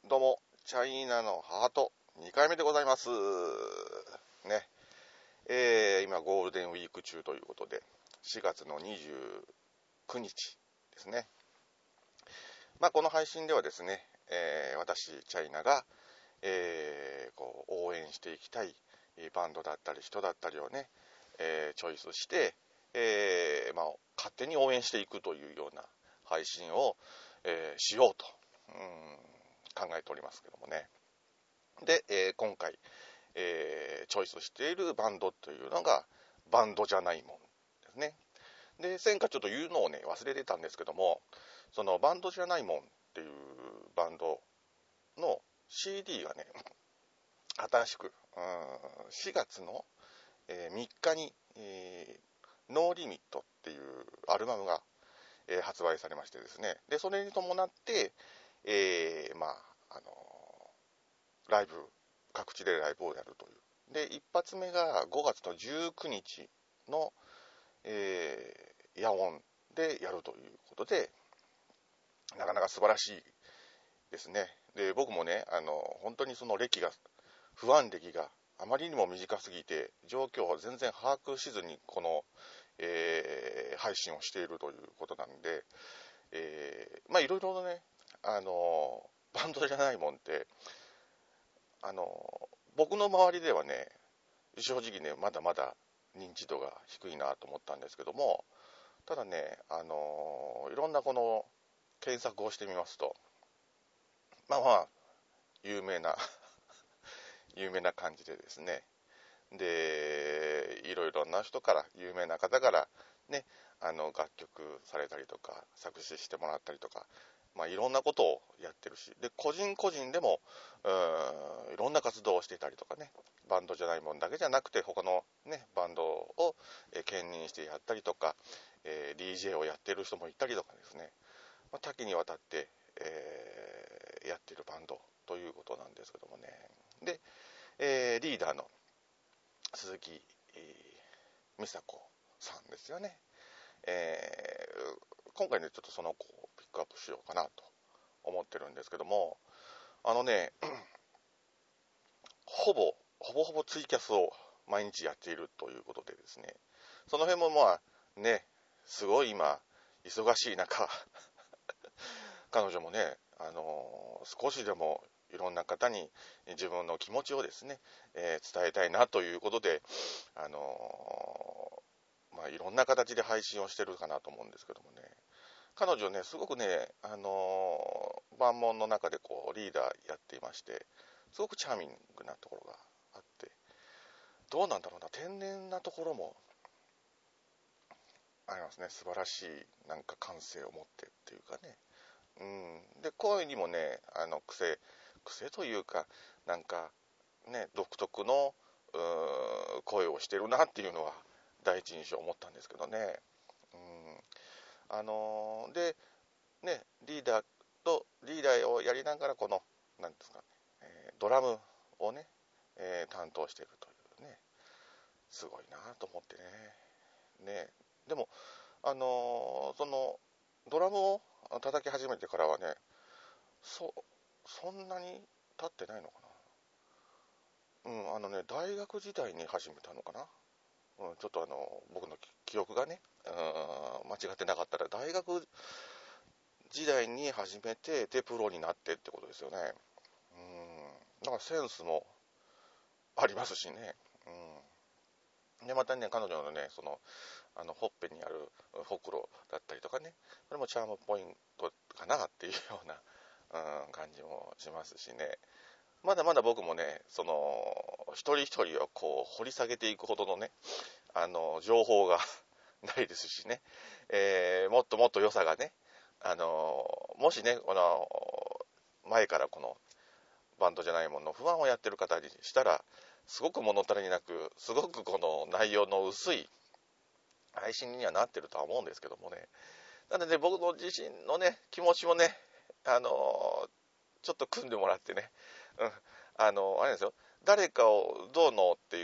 どうも、チャイナのハート2回目でございます。ね。今ゴールデンウィーク中ということで、4月の29日ですね。この配信ではですね、私、チャイナが、応援していきたいバンドだったり人だったりをね、チョイスして、勝手に応援していくというような配信を、しようと、考えておりますけどもね。で、今回、チョイスしているバンドというのがバンドじゃないもんですね。で、前回ちょっと言うのをね忘れてたんですけども、そのバンドじゃないもんっていうバンドの CD がね、新しく4月の3日に、ノーリミットっていうアルバムが、発売されましてですね、でそれに伴って、ライブ、各地でライブをやるという。で、一発目が5月の19日の、野音でやるということで、なかなか素晴らしいですね。で、僕もね、本当にその不安歴があまりにも短すぎて、状況を全然把握しずに、この、配信をしているということなんで、いろいろね、バンドじゃないもんって、僕の周りではね、正直ね、まだまだ認知度が低いなと思ったんですけども、ただね、いろんなこの検索をしてみますと、有名な有名な感じでですね、で、いろいろな人から、有名な方からね、楽曲されたりとか、作詞してもらったりとか、いろんなことをやってるし、で、個人個人でも、いろんな活動をしていたりとかね、バンドじゃないもんだけじゃなくて、他のね、バンドを兼任してやったりとか、DJ をやってる人もいたりとかですね、多岐にわたって、やってるバンドということなんですけどもね。で、リーダーの鈴木美佐子さんですよね。今回ね、ちょっとその子をピックアップしようかなと思ってるんですけども、ほぼツイキャスを毎日やっているということでですね、その辺もすごい今、忙しい中、彼女もね、少しでもいろんな方に自分の気持ちをですね、伝えたいなということで、いろんな形で配信をしてるかなと思うんですけどもね、彼女ね、すごくね、万門の中でリーダーやっていまして、すごくチャーミングなところがあって、どうなんだろうな、天然なところもありますね。素晴らしいなんか感性を持ってっていうかね。で、声にもね、癖というか、なんかね、独特の声をしてるなっていうのは第一印象思ったんですけどね。で、ね、リーダーをやりながらなんですかね、ドラムをね、担当しているというね、すごいなと思ってね。でも、その、ドラムを叩き始めてからはね、そんなに経ってないのかな。大学時代に始めたのかな。ちょっと僕の記憶がね、間違ってなかったら、大学時代に始めて、で、プロになってってことですよね。だからセンスもありますしね。で、またね、彼女のね、ほっぺにあるほくろだったりとかね、それもチャームポイントかなっていうような、感じもしますしね。まだまだ僕もね、一人一人を掘り下げていくほどのね、情報がないですしね、もっともっと良さがね、もしね、前からこのバンドじゃないものの不安をやってる方にしたら、すごく物足りなく、すごくこの内容の薄い配信にはなってるとは思うんですけどもね。なので僕の自身のね、気持ちもね、ちょっと組んでもらってね、あれですよ、誰かをどうのっていう、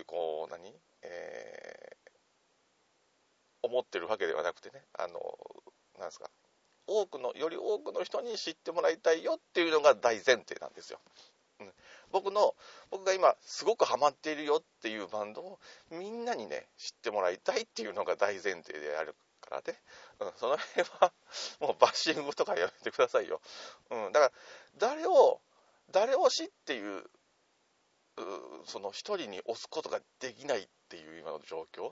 思ってるわけではなくてね、なんですか、 より多くの人に知ってもらいたいよっていうのが大前提なんですよ。僕が今すごくハマっているよっていうバンドをみんなにね知ってもらいたいっていうのが大前提であるからね、その辺はもうバッシングとかやめてくださいよ。だから誰を知っていうその一人に押すことができないっていう今の状況、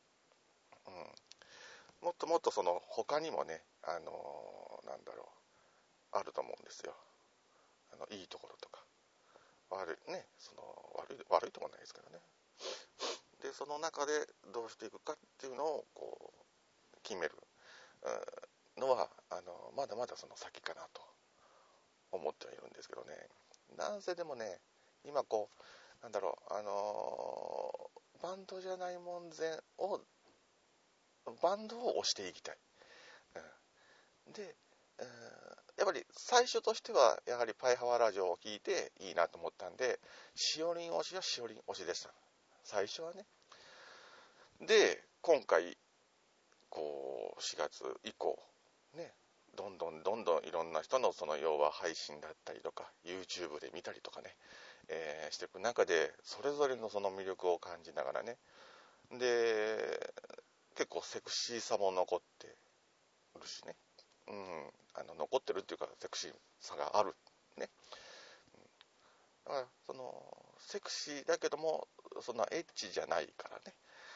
もっともっとその他にもねなんだろうあると思うんですよ。いいところとか悪いね、悪いところないですけどね。でその中でどうしていくかっていうのをこう決めるのはまだまだその先かなと思ってはいるんですけどね。なんせでもね今こうなんだろうバンドじゃないもんぜをバンドを推していきたい、で、やっぱり最初としてはやはりパイハワラジオを聞いていいなと思ったんで、しおりん推しはしおりん推しでした最初はね。で今回こう4月以降ね、どんどんいろんな人のその要は配信だったりとか YouTube で見たりとかね、していく中でそれぞれのその魅力を感じながらね、で結構セクシーさも残ってるしね、残ってるっていうかセクシーさがあるね。だからそのセクシーだけどもそんなエッチじゃないからね、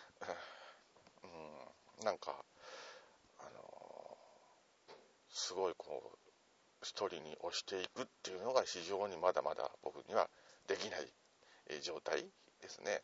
なんかすごいこう一人に押していくっていうのが非常にまだまだ僕にはできない状態ですね。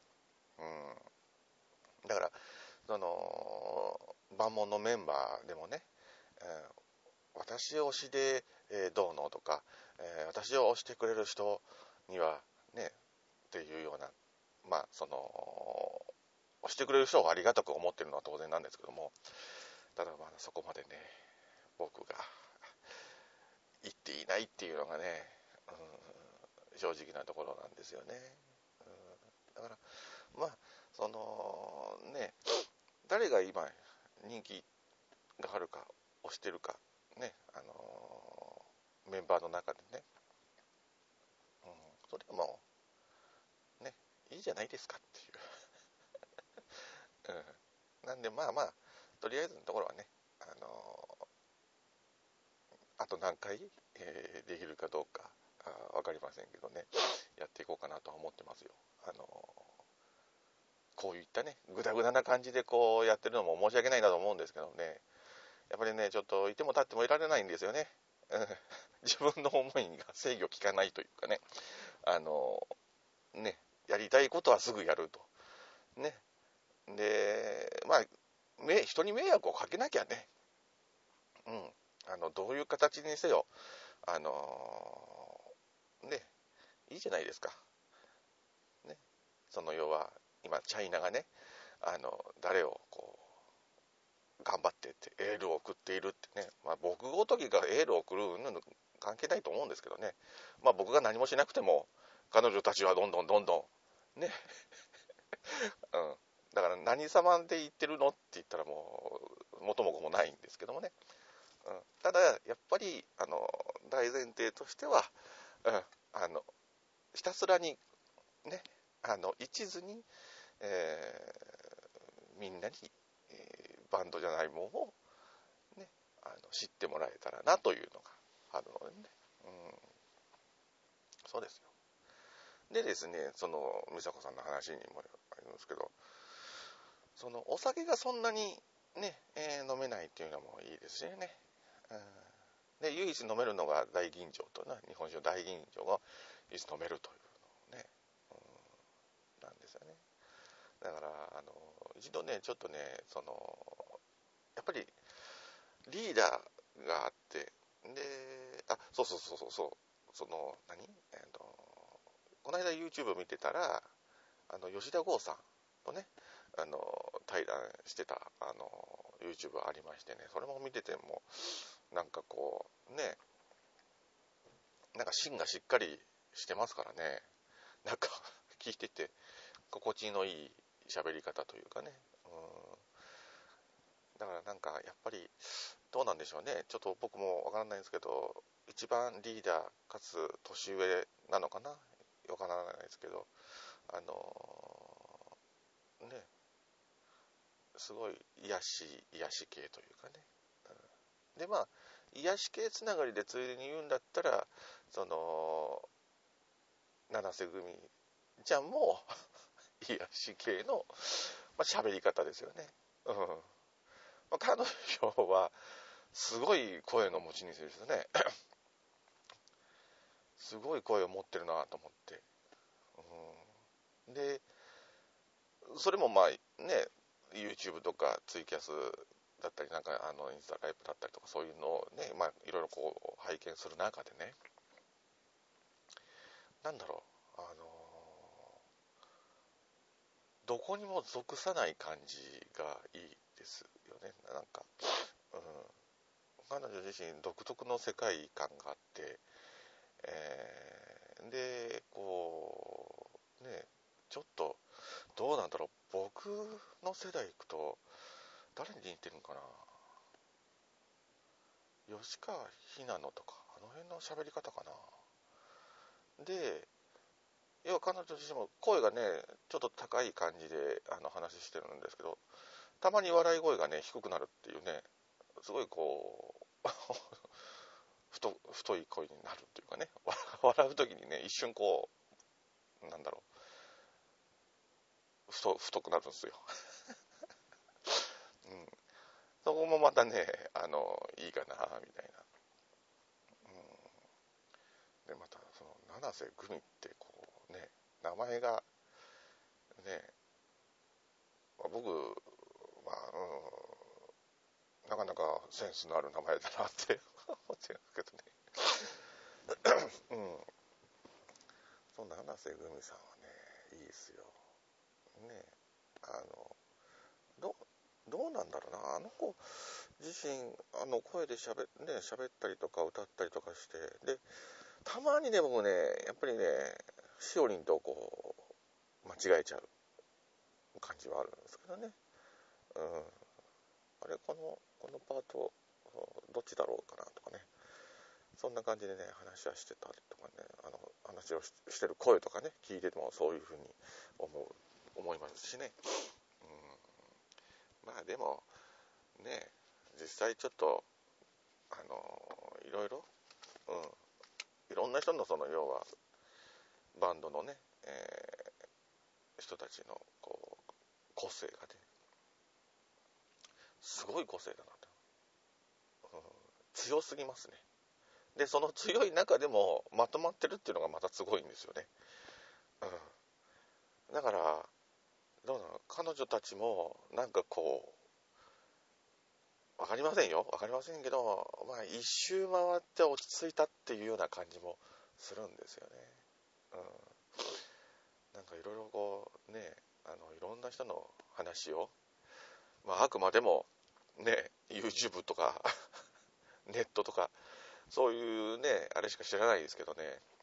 だからその万門のメンバーでもね、私推しで、どうのとか、私を推してくれる人にはねっていうような、その推してくれる人をありがたく思ってるのは当然なんですけども、ただまだそこまでね僕が言っていないっていうのがね、正直なところなんですよね。だからそのね誰が今人気があるか推してるかね、メンバーの中でね、それはもうねいいじゃないですかっていう、なんでとりあえずのところはねあと何回、できるかどうか分かりませんけどね、やっていこうかなとは思ってますよ。こういったねグダグダな感じでこうやってるのも申し訳ないなと思うんですけどね、やっぱりねちょっといても立ってもいられないんですよね。自分の思いが制御効かないというかね、やりたいことはすぐやるとね。で人に迷惑をかけなきゃね、どういう形にせよいいじゃないですかね。その要は今チャイナがね誰をこう頑張ってってエールを送っているってね、僕ごときがエールを送るの関係ないと思うんですけどね、僕が何もしなくても彼女たちはどんどんねだから何様で言ってるのって言ったらもう元も子もないんですけどもね、ただやっぱり大前提としては、ひたすらにね一途に、みんなに、バンドじゃないものを、ね、知ってもらえたらなというのがあるのでね、そうですよ。でですね、その美佐子さんの話にもありますけど、そのお酒がそんなにね、飲めないっていうのもいいですしね、で唯一飲めるのが大吟醸と日本酒の大吟醸が唯一飲めるというのね、なんですよね。だから一度ねちょっとねやっぱりリーダーがあって、でそうそのこの間 YouTube 見てたら吉田剛さんとね対談してたYouTube ありましてね、それも見ててもなんかこうねなんか芯がしっかりしてますからね、なんか聞いてて心地のいい喋り方というかね、 だからなんかやっぱりどうなんでしょうね、ちょっと僕もわからないんですけど、一番リーダーかつ年上なのかな、わからないですけど、ね、すごい癒し系というかね、でまあ癒し系つながりでついでに言うんだったら、その七瀬組ちゃんも癒し系の喋り方ですよね。うん。彼女はすごい声の持ち主ですよね。すごい声を持ってるなと思って。うん、で、それもまあね、YouTube とかツイキャスだったり、なんかインスタライブだったりとか、そういうのをね、まあいろいろこう拝見する中でね、なんだろう、どこにも属さない感じがいいですよね。なんか、うん、彼女自身独特の世界観があって、でこうね、ちょっとどうなんだろう、僕の世代行くと誰に似てるのかな、吉川ひなのとかあの辺の喋り方かな。で、要は彼女自身も声がねちょっと高い感じで話してるんですけど、たまに笑い声がね低くなるっていうね、すごいこう太い声になるっていうかね、笑う時にね一瞬こうなんだろう、太くなるんですよ。うん、そこもまたねいいかなみたいな。でまたその七瀬グミってこうね、名前がね、僕、まあ、なかなかセンスのある名前だなって思ってるんですけどね。うん、そんな七瀬グミさんはねいいですよね。あのどうなんだろうな、あの子自身声で喋ったりとか歌ったりとかして、でたまにね僕ねやっぱりねしおりんとこう間違えちゃう感じはあるんですけどね。うん、あれこのパートどっちだろうかなとかね、そんな感じでね話はしてたりとかね、話をしてる声とかね聞いててもそういうふうに思いますしね。まあでもね、実際ちょっといろいろ、うん、いろんな人のその要はバンドのね、人たちのこう個性がねすごい個性だなと、強すぎますね。でその強い中でもまとまってるっていうのがまたすごいんですよね。だからどうなの、彼女たちもなんかこう分かりませんよ、分かりませんけど、まあ一周回って落ち着いたっていうような感じもするんですよね。なんかいろいろこうね、いろんな人の話を、まあ、あくまでもね YouTube とかネットとかそういうねあれしか知らないですけどね、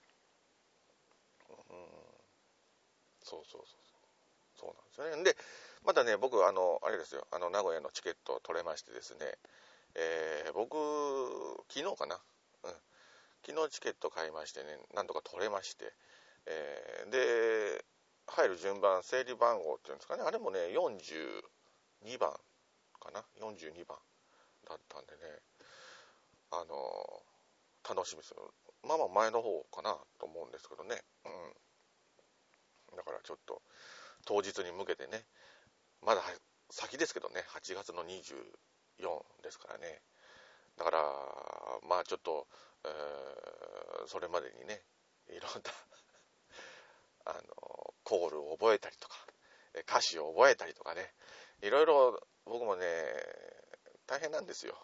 そうなんですよね。でまたね僕あれですよ、名古屋のチケットを取れましてですね、僕昨日かな、昨日チケット買いましてね、なんとか取れまして、で入る順番整理番号っていうんですかね、あれもね42番かな、42番だったんでね、あの楽しみですよ。まあまあ前の方かなと思うんですけどね、だからちょっと当日に向けてね、まだ先ですけどね、8月の24ですからね。だからまあちょっと、それまでにねいろんなコールを覚えたりとか歌詞を覚えたりとかね、いろいろ僕もね大変なんですよ。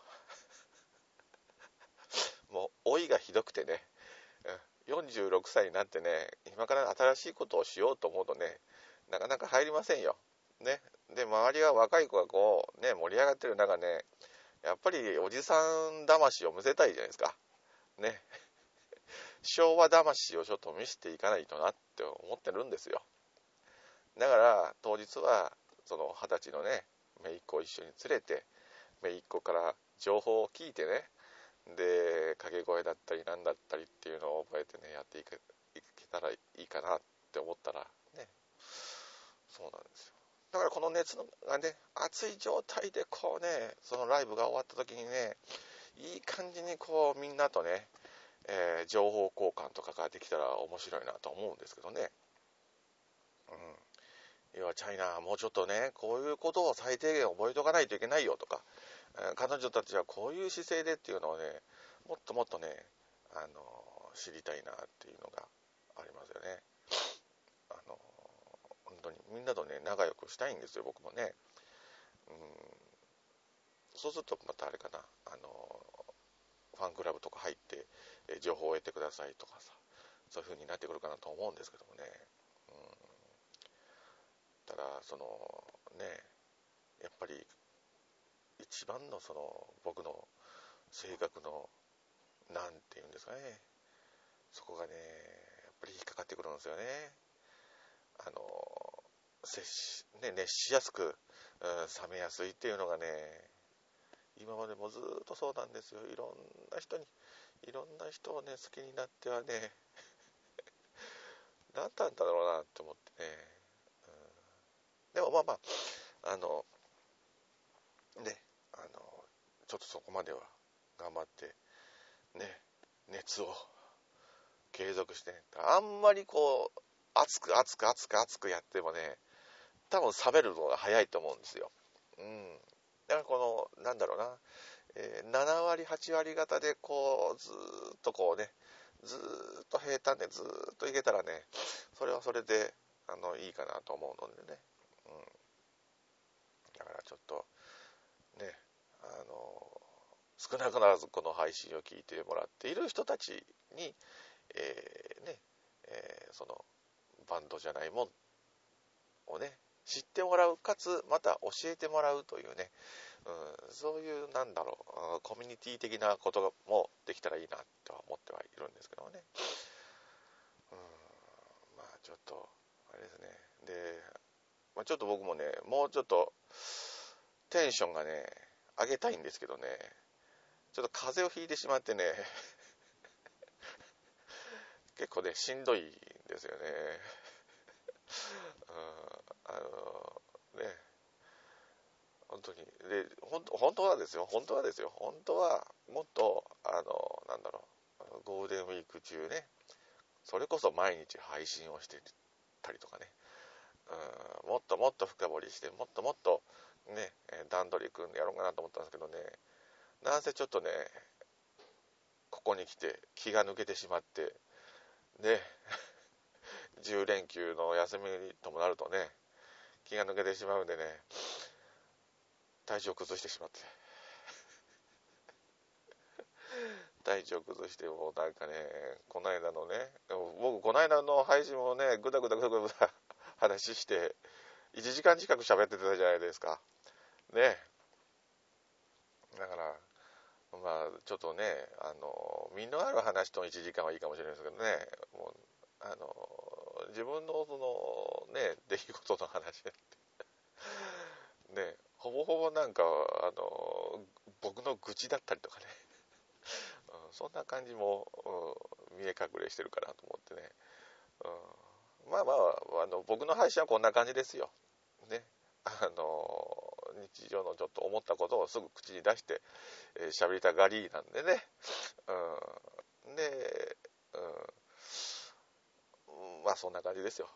もう老いがひどくてね、46歳になってね今から新しいことをしようと思うとねなかなか入りませんよね。で周りは若い子がこうね盛り上がってる中ね、やっぱりおじさん魂を見せたいじゃないですかね。昭和魂をちょっと見せていかないとなって思ってるんですよ。だから当日はその20歳のね姪っ子を一緒に連れて姪っ子から情報を聞いてね、で掛け声だったりなんだったりっていうのを覚えてね、やっていけたらいいかなって思ったらね、そうなんですよ。だからこの熱がね、熱い状態でこうね、そのライブが終わった時にね、いい感じにこうみんなとね、情報交換とかができたら面白いなと思うんですけどね。要はチャイナ、もうちょっとね、こういうことを最低限覚えておかないといけないよとか、彼女たちはこういう姿勢でっていうのをね、もっともっとね、知りたいなっていうのがありますよね。本当にみんなとね、仲良くしたいんですよ、僕もね。そうするとまたあれかな、ファンクラブとか入って、情報を得てくださいとかさ、そういう風になってくるかなと思うんですけどもね。ただそのね、やっぱり一番のその僕の性格のなんていうんですかね、そこがね、やっぱり引っかかってくるんですよね。熱しやすく、冷めやすいっていうのがね、今までもずっとそうなんですよ。いろんな人をね、好きになってはね、何だったんだろうなって思ってね。でもまあまあ、ね、ちょっとそこまでは頑張ってね、熱を継続してね、あんまりこう熱くやってもね、多分冷めるのが早いと思うんですよ。だからこのなんだろうな、7割8割方でこうずっとこうね、ずっと平坦でずっといけたらね、それはそれでいいかなと思うのでね。だからちょっとね、少なからずこの配信を聞いてもらっている人たちに、ね、そのバンドじゃないもんをね、知ってもらう、かつまた教えてもらうというね、そういうなんだろう、コミュニティ的なこともできたらいいなとは思ってはいるんですけどもね。まあちょっとあれですね。で、まあ、ちょっと僕もね、もうちょっとテンションがね上げたいんですけどね、ちょっと風邪をひいてしまってね、結構ねしんどいんですよね。ね、本当に。で、本当はですよ、本当はもっとなんだろう、ゴールデンウィーク中ね、それこそ毎日配信をしてたりとかね、もっともっと深掘りして、もっともっとね、段取り組んでやろうかなと思ったんですけどね、なんせちょっとね、ここに来て気が抜けてしまって、ね、10連休の休みともなるとね、気が抜けてしまうんでね、体調崩してしまって、体調崩して、もうなんかね、この間のね、僕この間の配信もね、ぐだぐだ話して、1時間近く喋ってたじゃないですか。ね。だから、まあ、ちょっとね、身のある話と1時間はいいかもしれないですけどね、もう、自分のその、ね、出来事の話ね、ほぼほぼなんか、僕の愚痴だったりとかね、そんな感じも、見え隠れしてるかなと思ってね、まあまあ、僕の配信はこんな感じですよ。ね。日常のちょっと思ったことをすぐ口に出して喋りたがりなんでね。で、まあそんな感じですよ。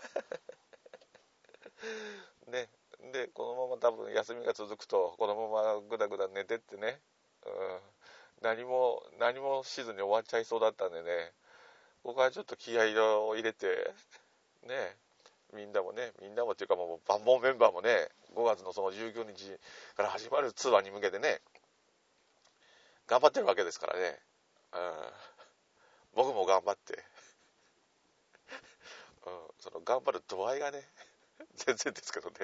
ね。で、このまま多分休みが続くと、このままぐだぐだ寝てってね、何もしずに終わっちゃいそうだったんでね、僕はちょっと気合を入れて、ね、みんなもっていうかもう万ンメンバーもね、5月のその19日から始まるツアーに向けてね、頑張ってるわけですからね。僕も頑張って、その頑張る度合いがね、全然ですけどね、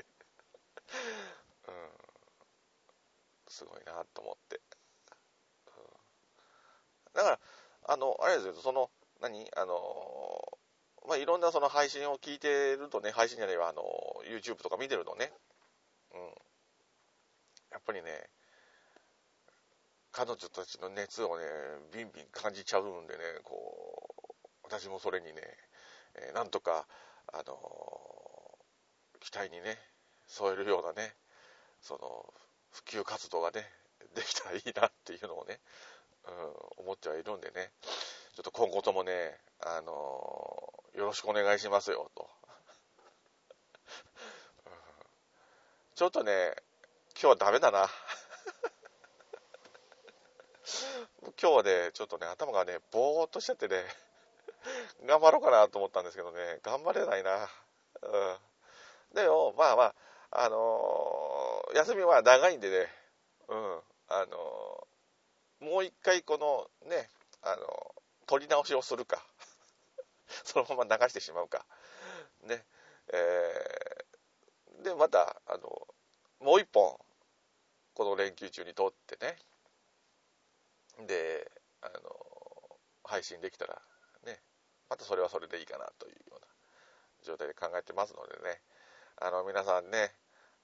すごいなと思って。だから、あれですよ、その、まあ、いろんなその配信を聞いてるとね、配信じゃないわ、YouTube とか見てるとね、やっぱりね、 彼女たちの熱をねビンビン感じちゃうんでね、私もそれにね、なんとか期待にね添えるようなね、その普及活動がねできたらいいなっていうのをね、思ってはいるんでね、ちょっと今後ともね、よろしくお願いしますよと、ちょっとね今日はダメだな今日はねちょっとね頭がねぼーっとしちゃってね頑張ろうかなと思ったんですけどね、頑張れないな。でもまあまあ休みは長いんでね、もう一回このね取り直しをするかそのまま流してしまうかね、でまたもう一本この連休中に撮ってね、で配信できたらね、またそれはそれでいいかなというような状態で考えてますのでね、皆さんね、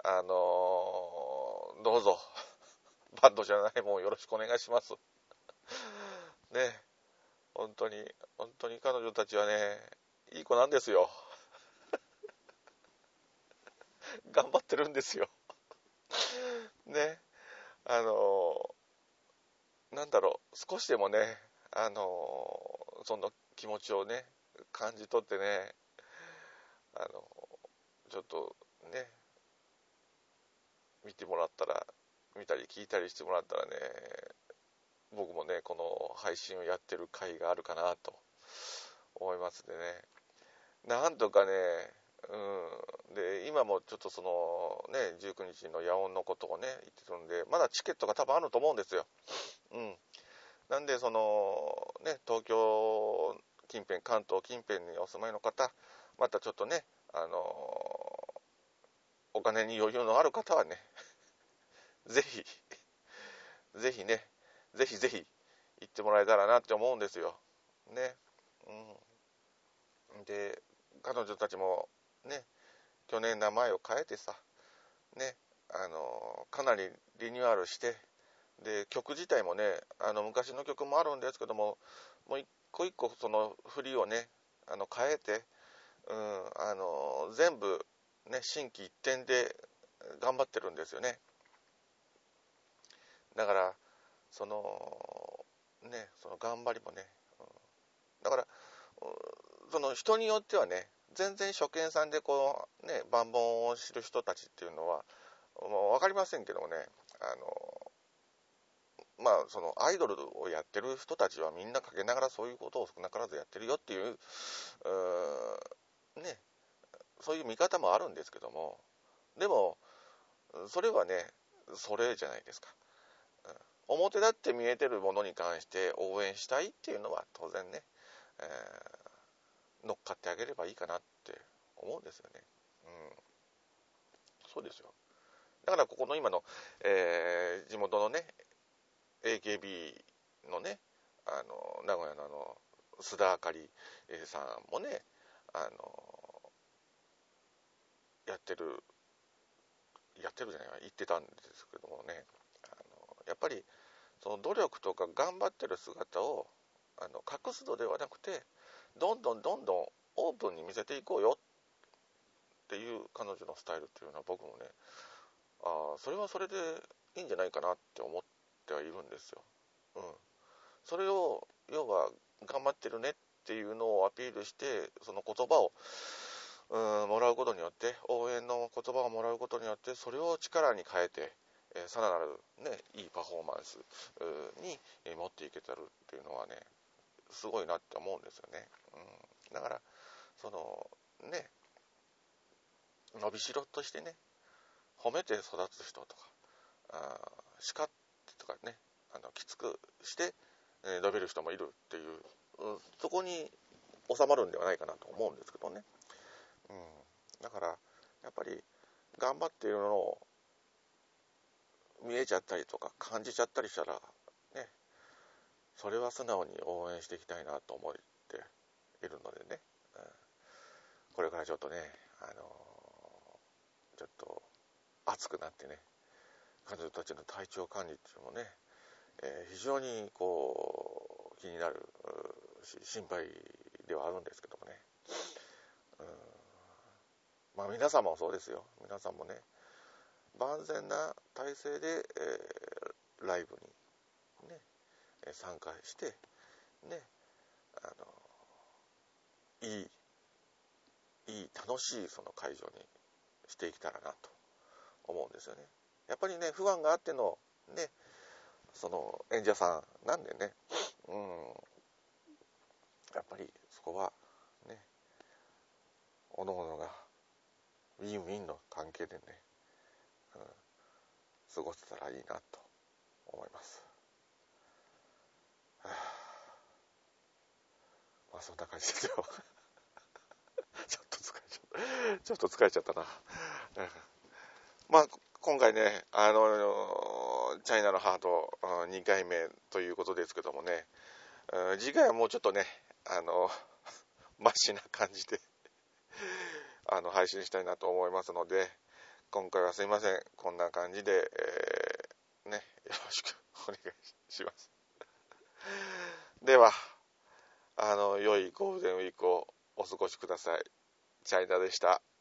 どうぞバンドじゃないもんよろしくお願いしますね。本当に本当に彼女たちはねいい子なんですよ頑張ってるんですよね。なんだろう、少しでもねその気持ちをね感じ取ってね、ちょっとね見たり聞いたりしてもらったらね、僕もねこの配信をやってる回があるかなと思いますんでね、なんとかね、で今もちょっとそのね19日の野音のことをね言ってるんで、まだチケットが多分あると思うんですよ。なんでそのね東京近辺、関東近辺にお住まいの方、またちょっとねお金に余裕のある方はねぜひぜひねぜひぜひ行ってもらえたらなって思うんですよね。で彼女たちもね去年名前を変えてさね、かなりリニューアルして、で曲自体もね昔の曲もあるんですけども、もう一個一個その振りをね変えて、全部ね心機一転で頑張ってるんですよね。だからそのその頑張りもね、だからその人によってはね全然初見さんでこうね万本を知る人たちっていうのはもう分かりませんけどもね、まあそのアイドルをやってる人たちはみんな陰ながらそういうことを少なからずやってるよっていう、ね、そういう見方もあるんですけども、でもそれはねそれじゃないですか。表立って見えてるものに関して応援したいっていうのは当然ね、乗っかってあげればいいかなって思うんですよね。そうですよ。だからここの今の、地元のね AKB のね名古屋の須田あかりさんもねやってるじゃないわ言ってたんですけどもね、やっぱりその努力とか頑張ってる姿を隠すのではなくて、どんどんどんどんオープンに見せていこうよっていう彼女のスタイルっていうのは僕もね、それはそれでいいんじゃないかなって思ってはいるんですよ。それを要は頑張ってるねっていうのをアピールして、その言葉をもらうことによって、応援の言葉をもらうことによって、それを力に変えて、さらなる、ね、いいパフォーマンスに持っていけたるっていうのはねすごいなって思うんですよね。だからそのね伸びしろとしてね褒めて育つ人とか叱ってとかねきつくして、伸びる人もいるっていう、そこに収まるんではないかなと思うんですけどね。だからやっぱり頑張っているのを見えちゃったりとか感じちゃったりしたらね、それは素直に応援していきたいなと思っているのでね、これからちょっとね、ちょっと暑くなってね、彼女たちの体調管理っていうのもね非常にこう気になるし心配ではあるんですけどもね、まあ皆様もそうですよ。皆さんもね、万全な体制で、ライブにね参加してね、いい楽しいその会場にしていけたらなと思うんですよね。やっぱりね、不安があってのね、その演者さんなんでね、やっぱりそこはね、おのおのがウィンウィンの関係でね、過ごせたらいいなと思います。まあそんな感じですよ。ちょっと疲れちゃったな。まあ今回ね、チャイナのハート2回目ということですけどもね、次回はもうちょっとね、マシな感じで配信したいなと思いますので、今回はすいません、こんな感じで、ね、よろしくお願いします。では、良いゴールデンウィークをお過ごしください。チャイナでした。